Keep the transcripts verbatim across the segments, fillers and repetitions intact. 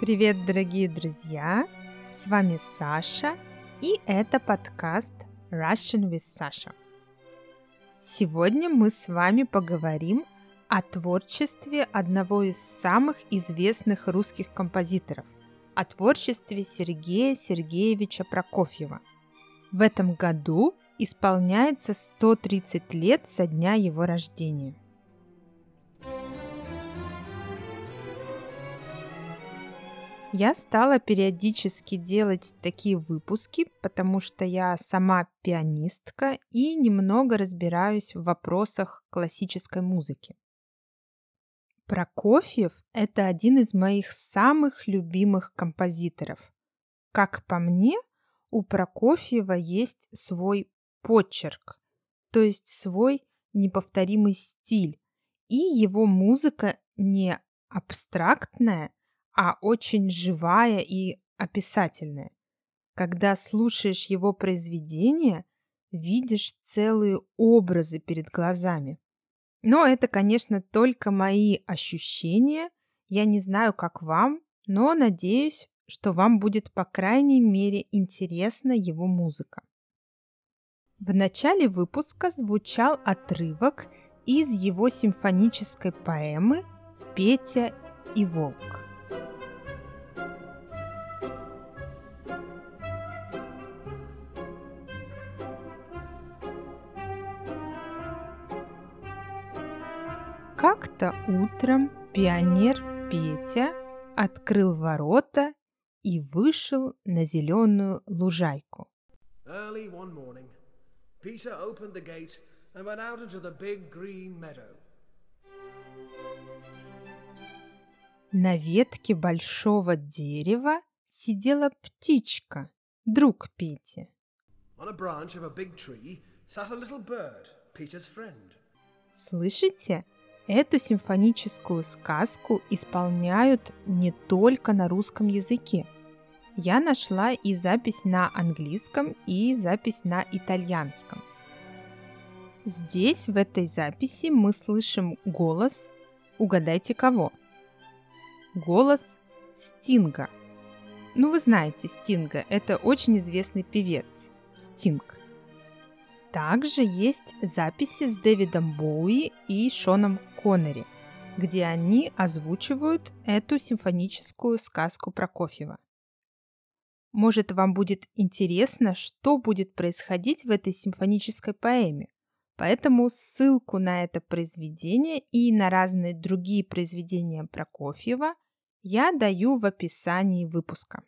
Привет, дорогие друзья! С вами Саша, и это подкаст Russian with Sasha. Сегодня мы с вами поговорим о творчестве одного из самых известных русских композиторов, о творчестве Сергея Сергеевича Прокофьева. В этом году исполняется сто тридцать лет со дня его рождения. Я стала периодически делать такие выпуски, потому что я сама пианистка и немного разбираюсь в вопросах классической музыки. Прокофьев – это один из моих самых любимых композиторов. Как по мне, у Прокофьева есть свой почерк, то есть свой неповторимый стиль, и его музыка не абстрактная, а очень живая и описательная. Когда слушаешь его произведения, видишь целые образы перед глазами. Но это, конечно, только мои ощущения. Я не знаю, как вам, но надеюсь, что вам будет, по крайней мере, интересна его музыка. В начале выпуска звучал отрывок из его симфонической поэмы «Петя и волк». Как-то утром пионер Петя открыл ворота и вышел на зеленую лужайку. Early one morning, Peter opened the gate and went out into the big green meadow. На ветке большого дерева сидела птичка, друг Пети. On a branch of a big tree sat a little bird, Peter's friend. Слышите? Эту симфоническую сказку исполняют не только на русском языке. Я нашла и запись на английском, и запись на итальянском. Здесь, в этой записи, мы слышим голос, угадайте кого? Голос Стинга. Ну, вы знаете Стинга, это очень известный певец, Стинг. Также есть записи с Дэвидом Боуи и Шоном Коннери, где они озвучивают эту симфоническую сказку Прокофьева. Может, вам будет интересно, что будет происходить в этой симфонической поэме, поэтому ссылку на это произведение и на разные другие произведения Прокофьева я даю в описании выпуска.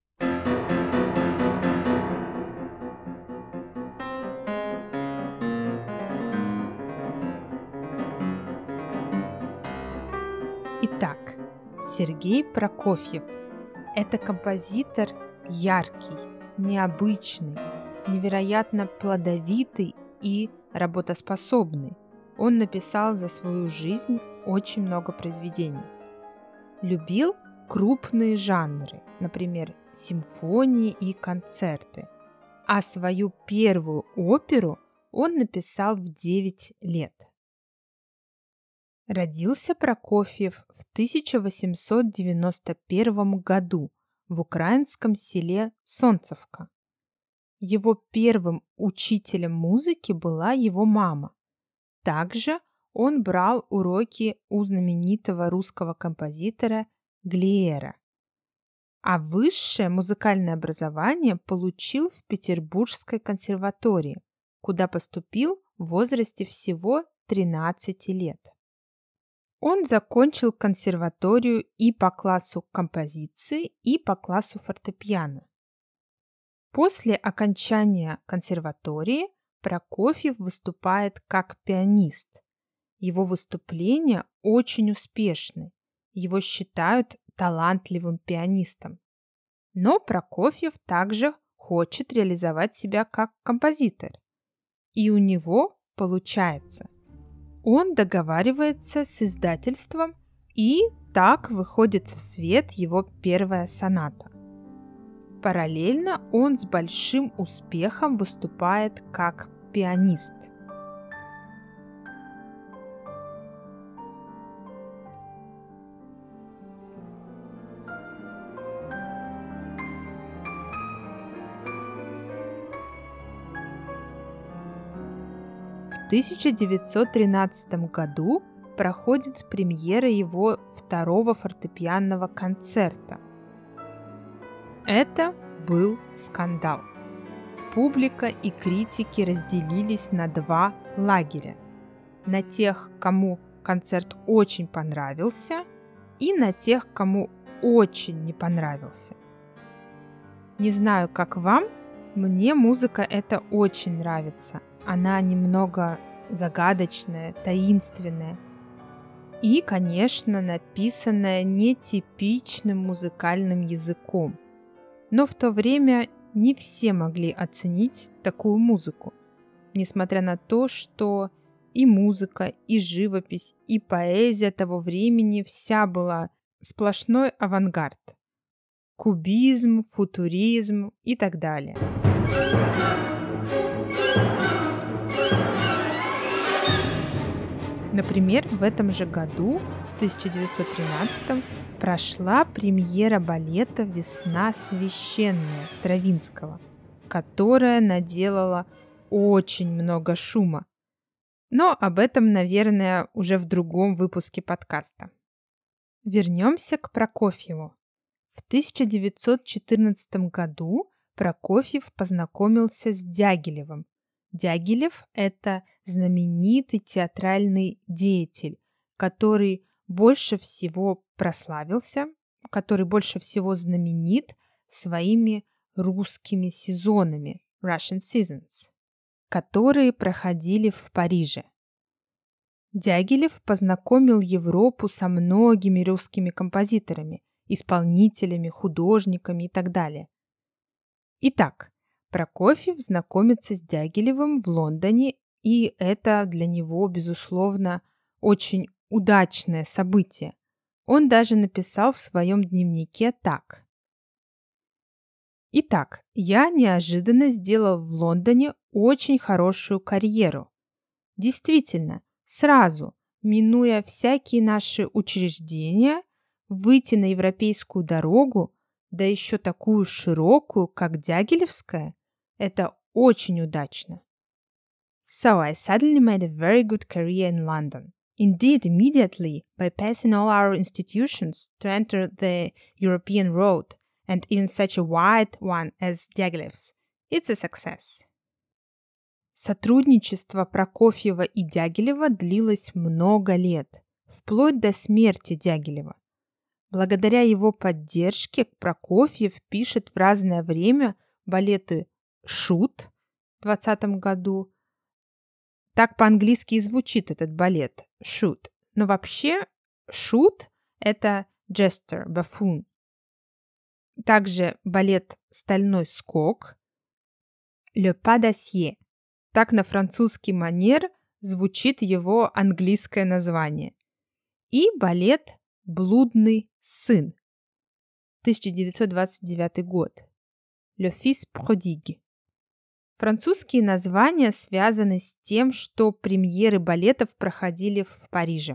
Итак, Сергей Прокофьев – это композитор яркий, необычный, невероятно плодовитый и работоспособный. Он написал за свою жизнь очень много произведений. Любил крупные жанры, например, симфонии и концерты. А свою первую оперу он написал в девять лет. Родился Прокофьев в тысяча восемьсот девяносто первом году в украинском селе Солнцевка. Его первым учителем музыки была его мама. Также он брал уроки у знаменитого русского композитора Глиера. А высшее музыкальное образование получил в Петербургской консерватории, куда поступил в возрасте всего тринадцати лет. Он закончил консерваторию и по классу композиции, и по классу фортепиано. После окончания консерватории Прокофьев выступает как пианист. Его выступления очень успешны. Его считают талантливым пианистом. Но Прокофьев также хочет реализовать себя как композитор. И у него получается. Он договаривается с издательством, и так выходит в свет его первая соната. Параллельно он с большим успехом выступает как пианист. тысяча девятьсот тринадцатом году проходит премьера его второго фортепианного концерта. Это был скандал. Публика и критики разделились на два лагеря. На тех, кому концерт очень понравился, и на тех, кому очень не понравился. Не знаю, как вам, мне музыка эта очень нравится. Она немного загадочная, таинственная. И, конечно, написанная нетипичным музыкальным языком. Но в то время не все могли оценить такую музыку, несмотря на то, что и музыка, и живопись, и поэзия того времени вся была сплошной авангард. Кубизм, футуризм и так далее. Например, в этом же году, в тысяча девятьсот тринадцатом, прошла премьера балета «Весна священная» Стравинского, которая наделала очень много шума. Но об этом, наверное, уже в другом выпуске подкаста. Вернемся к Прокофьеву. В тысяча девятьсот четырнадцатом году Прокофьев познакомился с Дягилевым. Дягилев – это знаменитый театральный деятель, который больше всего прославился, который больше всего знаменит своими русскими сезонами, Russian Seasons, которые проходили в Париже. Дягилев познакомил Европу со многими русскими композиторами, исполнителями, художниками и так далее. Итак, Прокофьев знакомится с Дягилевым в Лондоне, и это для него, безусловно, очень удачное событие. Он даже написал в своем дневнике так. Итак, я неожиданно сделал в Лондоне очень хорошую карьеру. Действительно, сразу, минуя всякие наши учреждения, выйти на европейскую дорогу, да еще такую широкую, как Дягилевская, это очень удачно. So I suddenly made a very good career in London. Indeed, immediately, by passing all our institutions to enter the European road, and even such a wide one as Дягилев's, it's a success. Сотрудничество Прокофьева и Дягилева длилось много лет, вплоть до смерти Дягилева. Благодаря его поддержке Прокофьев пишет в разное время балеты «Шут» в двадцатом году. Так по-английски и звучит этот балет «Shoot». Но вообще «Shoot» — это «jester», «buffoon». Также балет «Стальной скок» «Le pas d'acier». Так на французский манер звучит его английское название. И балет «Блудный сын» тысяча девятьсот двадцать девятый год «Le fils prodigue». Французские названия связаны с тем, что премьеры балетов проходили в Париже.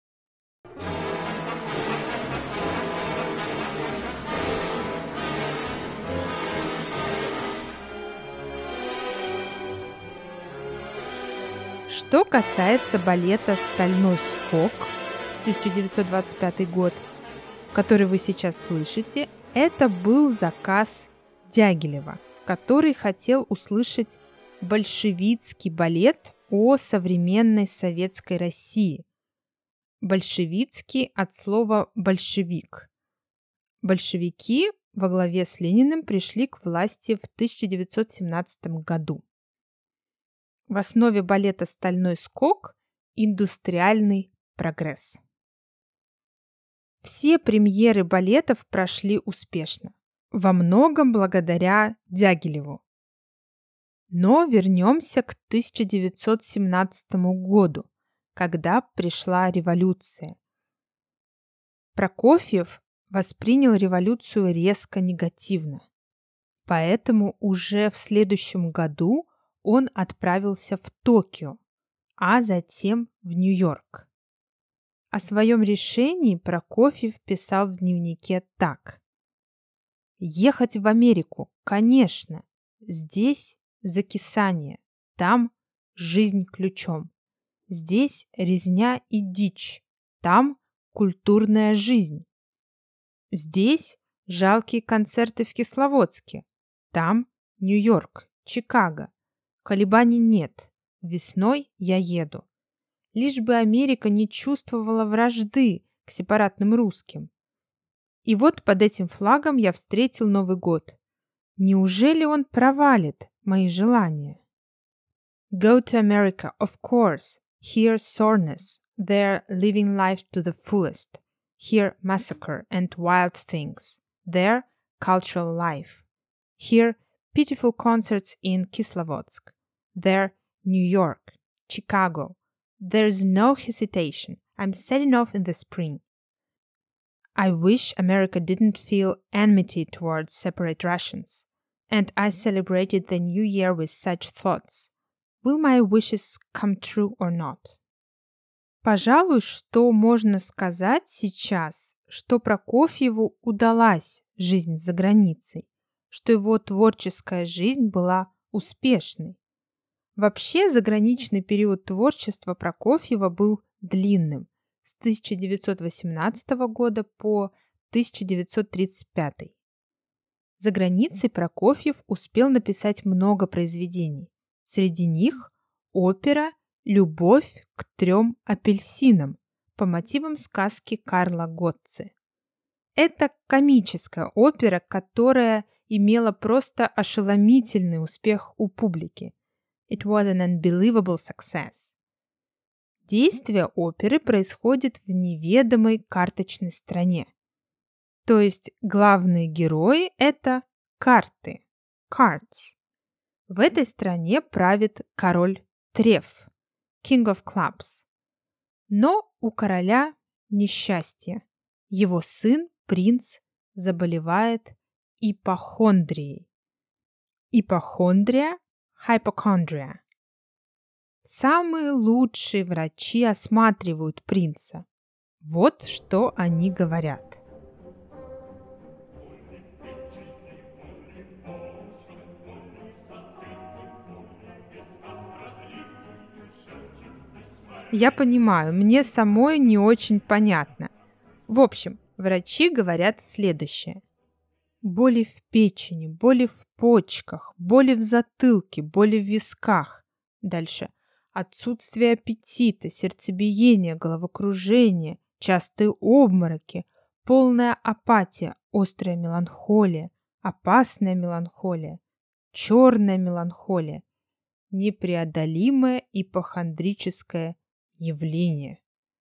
Что касается балета «Стальной скок» тысяча девятьсот двадцать пятый год, который вы сейчас слышите, это был заказ Дягилева, который хотел услышать большевистский балет о современной советской России. Большевистский от слова «большевик». Большевики во главе с Лениным пришли к власти в тысяча девятьсот семнадцатом году. В основе балета «Стальной скок» – индустриальный прогресс. Все премьеры балетов прошли успешно, во многом благодаря Дягилеву. Но вернемся к тысяча девятьсот семнадцатому году, когда пришла революция. Прокофьев воспринял революцию резко негативно, поэтому уже в следующем году он отправился в Токио, а затем в Нью-Йорк. О своем решении Прокофьев писал в дневнике так. «Ехать в Америку, конечно, здесь закисание, там жизнь ключом. Здесь резня и дичь, там культурная жизнь. Здесь жалкие концерты в Кисловодске, там Нью-Йорк, Чикаго. Колебаний нет, весной я еду. Лишь бы Америка не чувствовала вражды к сепаратным русским. И вот под этим флагом я встретил Новый год. Неужели он провалит мои желания? Go to America, of course. Here soreness. There living life to the fullest. Here massacre and wild things. There cultural life. Here pitiful concerts in Kislovodsk. There New York, Chicago. There's no hesitation. I'm setting off in the spring. I wish America didn't feel enmity towards separate Russians. And I celebrated the new year with such thoughts. Will my wishes come true or not? Пожалуй, что можно сказать сейчас, что Прокофьеву удалась жизнь за границей, что его творческая жизнь была успешной. Вообще, заграничный период творчества Прокофьева был длинным, с тысяча девятьсот восемнадцатого года по тысяча девятьсот тридцать пятый. За границей Прокофьев успел написать много произведений. Среди них опера «Любовь к трем апельсинам» по мотивам сказки Карла Готце. Это комическая опера, которая имела просто ошеломительный успех у публики. It was an unbelievable success. Действие оперы происходит в неведомой карточной стране. То есть главные герои – это карты, cards. В этой стране правит король Треф, King of Clubs. Но у короля несчастье. Его сын, принц, заболевает ипохондрией. Ипохондрия – hypochondria. Самые лучшие врачи осматривают принца. Вот что они говорят. Я понимаю, мне самой не очень понятно. В общем, врачи говорят следующее. Боли в печени, боли в почках, боли в затылке, боли в висках. Дальше. Отсутствие аппетита, сердцебиение, головокружение, частые обмороки, полная апатия, острая меланхолия, опасная меланхолия, черная меланхолия, непреодолимое ипохондрическое явление.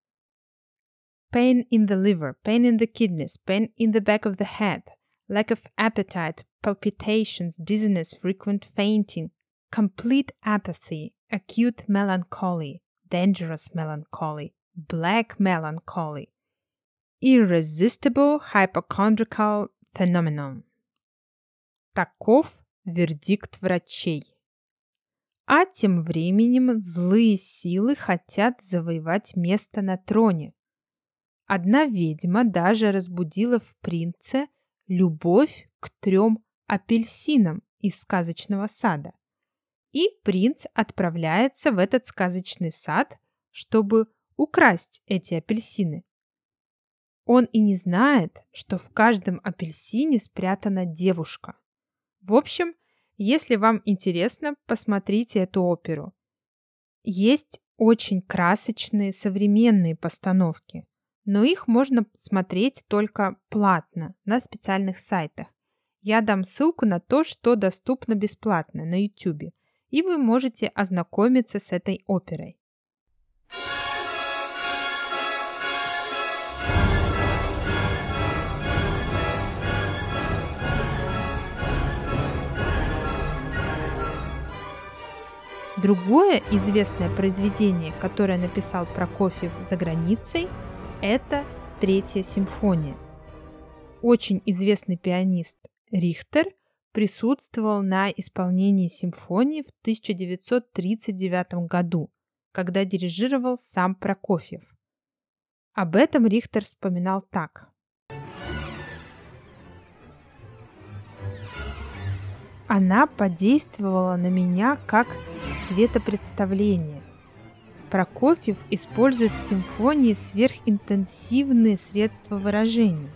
Pain in the liver, pain in the kidneys, pain in the back of the head, lack of appetite, palpitations, dizziness, frequent fainting, complete apathy, acute melancholy, dangerous melancholy, black melancholy, irresistible hypochondriacal phenomenon. Таков вердикт врачей. А тем временем злые силы хотят завоевать место на троне. Одна ведьма даже разбудила в принце любовь к трем апельсинам из сказочного сада. И принц отправляется в этот сказочный сад, чтобы украсть эти апельсины. Он и не знает, что в каждом апельсине спрятана девушка. В общем, если вам интересно, посмотрите эту оперу. Есть очень красочные современные постановки, но их можно смотреть только платно на специальных сайтах. Я дам ссылку на то, что доступно бесплатно на YouTube, и вы можете ознакомиться с этой оперой. Другое известное произведение, которое написал Прокофьев за границей, это Третья симфония. Очень известный пианист Рихтер присутствовал на исполнении симфонии в тысяча девятьсот тридцать девятом году, когда дирижировал сам Прокофьев. Об этом Рихтер вспоминал так. Она подействовала на меня как светопредставление. Прокофьев использует в симфонии сверхинтенсивные средства выражения.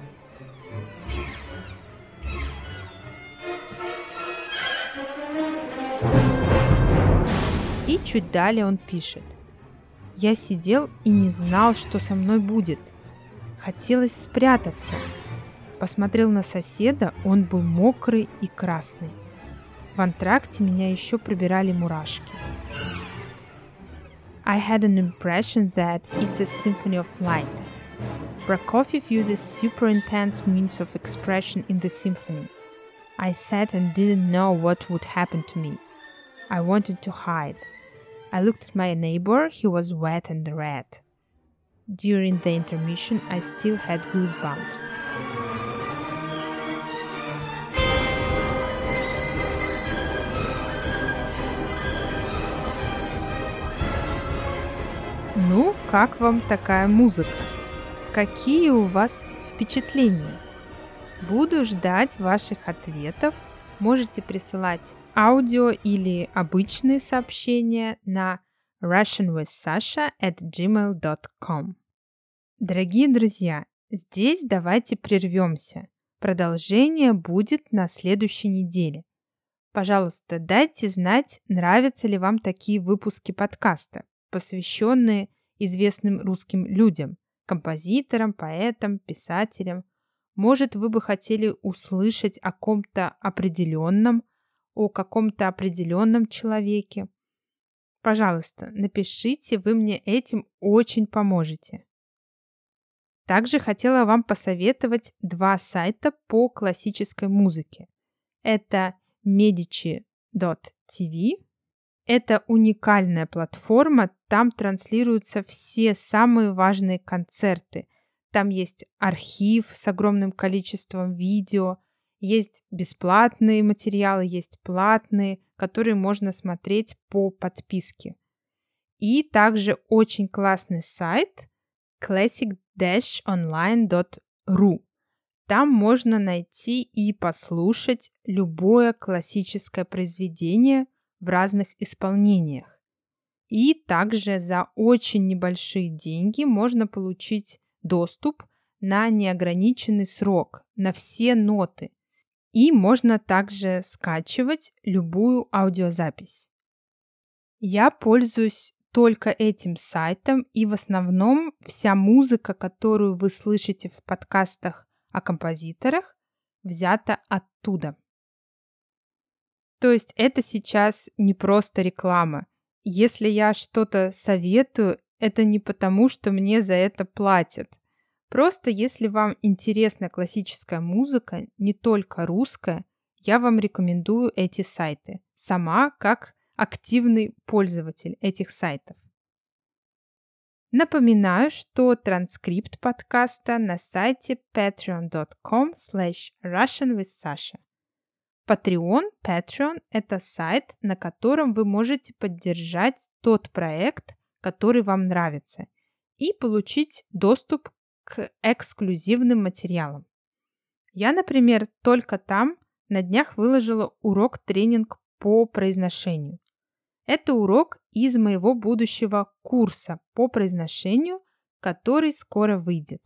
И чуть далее он пишет: «Я сидел и не знал, что со мной будет. Хотелось спрятаться. Посмотрел на соседа, он был мокрый и красный. В антракте меня еще пробирали мурашки. I had an impression that it's a symphony of light. Prokofiev uses super intense means of expression in the symphony. I sat and didn't know what would happen to me. I wanted to hide. I looked at my neighbor, he was wet and red. During the intermission, I still had goosebumps». Ну, как вам такая музыка? Какие у вас впечатления? Буду ждать ваших ответов. Можете присылать аудио или обычные сообщения на russianwithsasha at gmail dot com. Дорогие друзья, здесь давайте прервемся. Продолжение будет на следующей неделе. Пожалуйста, дайте знать, нравятся ли вам такие выпуски подкаста, посвященные известным русским людям, композиторам, поэтам, писателям. Может, вы бы хотели услышать о ком-то определенном, о каком-то определенном человеке. Пожалуйста, напишите, вы мне этим очень поможете. Также хотела вам посоветовать два сайта по классической музыке. Это медичи точка ти ви. Это уникальная платформа, там транслируются все самые важные концерты. Там есть архив с огромным количеством видео, есть бесплатные материалы, есть платные, которые можно смотреть по подписке. И также очень классный сайт classic dash online dot ru. Там можно найти и послушать любое классическое произведение в разных исполнениях. И также за очень небольшие деньги можно получить доступ на неограниченный срок, на все ноты. И можно также скачивать любую аудиозапись. Я пользуюсь только этим сайтом, и в основном вся музыка, которую вы слышите в подкастах о композиторах, взята оттуда. То есть это сейчас не просто реклама. Если я что-то советую, это не потому, что мне за это платят. Просто если вам интересна классическая музыка, не только русская, я вам рекомендую эти сайты. Сама как активный пользователь этих сайтов. Напоминаю, что транскрипт подкаста на сайте patreon dot com slash russianwithsasha. Patreon, Patreon – это сайт, на котором вы можете поддержать тот проект, который вам нравится, и получить доступ к эксклюзивным материалам. Я, например, только там на днях выложила урок-тренинг по произношению. Это урок из моего будущего курса по произношению, который скоро выйдет.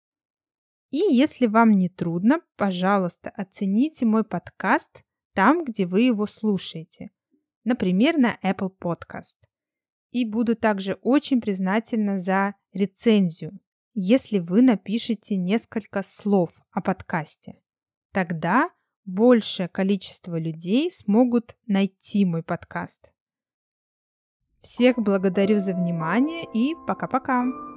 И если вам не трудно, пожалуйста, оцените мой подкаст там, где вы его слушаете, например, на Apple Podcast. И буду также очень признательна за рецензию, если вы напишите несколько слов о подкасте. Тогда большее количество людей смогут найти мой подкаст. Всех благодарю за внимание и пока-пока!